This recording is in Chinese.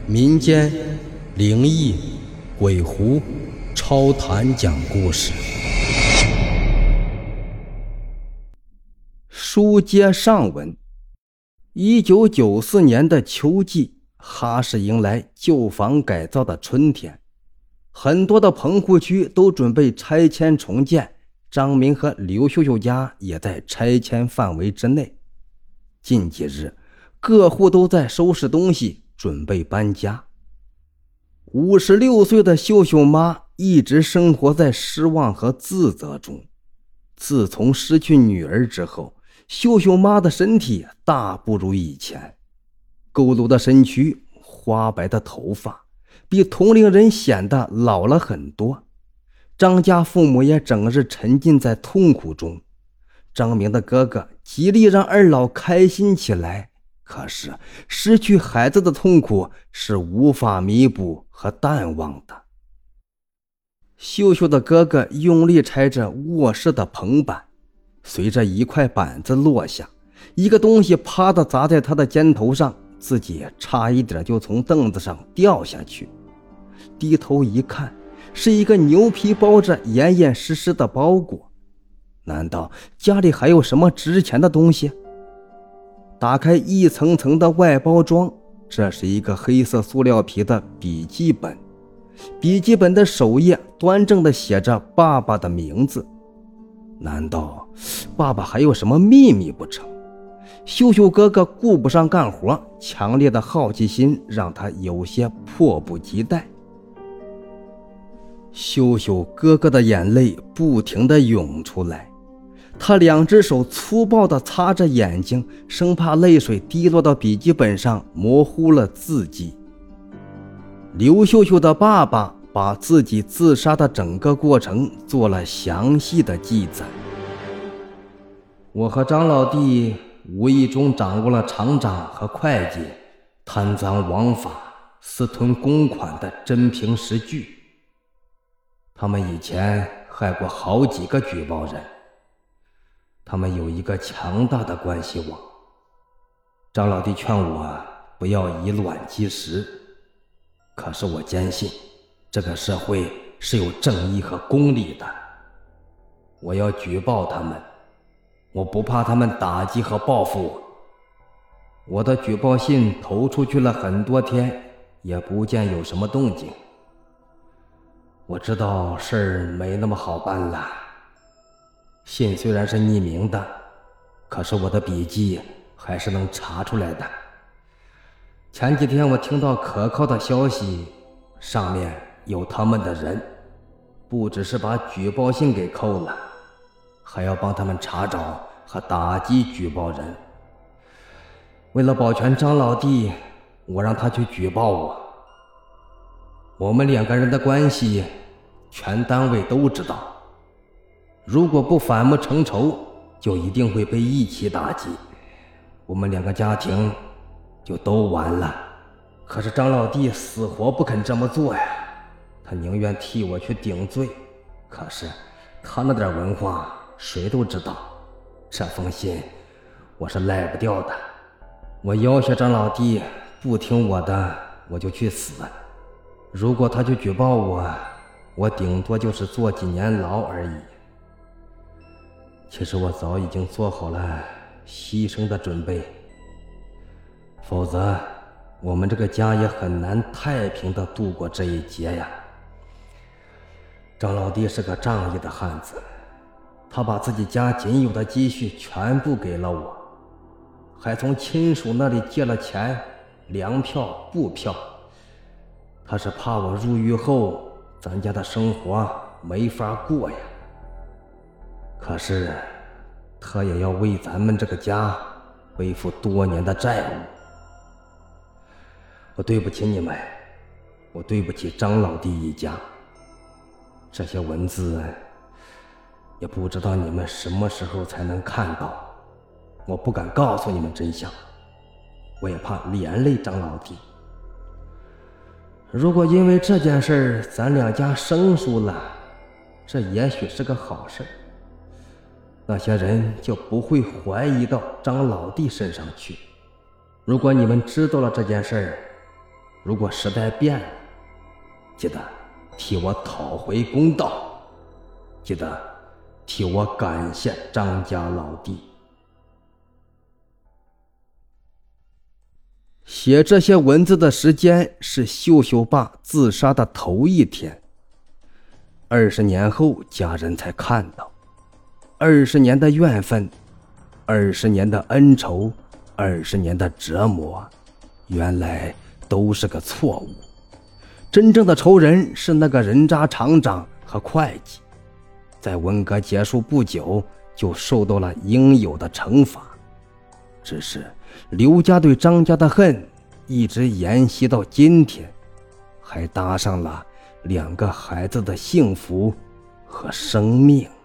民间灵异鬼狐超谈讲故事。书接上文，1994年的秋季，哈市迎来旧房改造的春天，很多的棚户区都准备拆迁重建，张明和刘秀秀家也在拆迁范围之内。近几日，各户都在收拾东西，准备搬家。56岁的秀秀妈一直生活在失望和自责中。自从失去女儿之后，秀秀妈的身体大不如以前，佝偻的身躯，花白的头发，比同龄人显得老了很多。张家父母也整日沉浸在痛苦中。张明的哥哥极力让二老开心起来，可是失去孩子的痛苦是无法弥补和淡忘的。秀秀的哥哥用力拆着卧室的棚板，随着一块板子落下，一个东西啪地砸在他的肩头上，自己差一点就从凳子上掉下去。低头一看，是一个牛皮包着严严实实的包裹。难道家里还有什么值钱的东西？打开一层层的外包装，这是一个黑色塑料皮的笔记本。笔记本的首页端正地写着爸爸的名字。难道爸爸还有什么秘密不成？秀秀哥哥顾不上干活，强烈的好奇心让他有些迫不及待。秀秀哥哥的眼泪不停地涌出来，他两只手粗暴地擦着眼睛，生怕泪水滴落到笔记本上模糊了字迹。刘秀秀的爸爸把自己自杀的整个过程做了详细的记载。我和张老弟无意中掌握了厂长和会计贪赃枉法、私吞公款的真凭实据。他们以前害过好几个举报人，他们有一个强大的关系网。张老弟劝我不要以卵击石，可是我坚信这个社会是有正义和公理的。我要举报他们，我不怕他们打击和报复我。我的举报信投出去了很多天，也不见有什么动静。我知道事儿没那么好办了。信虽然是匿名的，可是我的笔迹还是能查出来的。前几天我听到可靠的消息，上面有他们的人，不只是把举报信给扣了，还要帮他们查找和打击举报人。为了保全张老弟，我让他去举报我。我们两个人的关系全单位都知道，如果不反目成仇，就一定会被一起打击，我们两个家庭就都完了。可是张老弟死活不肯这么做呀，他宁愿替我去顶罪。可是他那点文化谁都知道，这封信我是赖不掉的。我要挟张老弟不听我的，我就去死。如果他去举报我，我顶多就是坐几年牢而已。其实我早已经做好了牺牲的准备，否则我们这个家也很难太平地度过这一劫呀。张老弟是个仗义的汉子，他把自己家仅有的积蓄全部给了我，还从亲属那里借了钱，粮票、布票。他是怕我入狱后咱家的生活没法过呀。可是他也要为咱们这个家背负多年的债务。我对不起你们，我对不起张老弟一家。这些文字也不知道你们什么时候才能看到，我不敢告诉你们真相，我也怕连累张老弟。如果因为这件事咱两家生疏了，这也许是个好事，那些人就不会怀疑到张老弟身上去。如果你们知道了这件事， 如果时代变了，记得替我讨回公道，记得替我感谢张家老弟。写这些文字的时间是秀秀爸自杀的头一天。20年后，家人才看到，20年的怨愤，20年的恩仇，20年的折磨，原来都是个错误。真正的仇人是那个人渣厂长和会计，在文革结束不久就受到了应有的惩罚。只是刘家对张家的恨一直沿袭到今天，还搭上了2个孩子的幸福和生命。